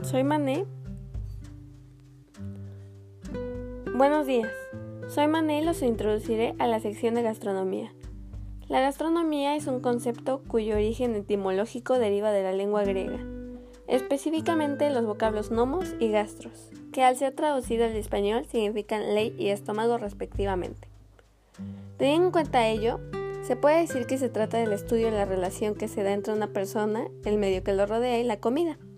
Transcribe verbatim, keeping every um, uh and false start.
soy Mané. Buenos días, soy Mané y los introduciré a la sección de gastronomía. La gastronomía es un concepto cuyo origen etimológico deriva de la lengua griega, específicamente los vocablos nomos y gastros, que al ser traducido al español significan ley y estómago respectivamente. Teniendo en cuenta ello, se puede decir que se trata del estudio de la relación que se da entre una persona, el medio que lo rodea y la comida.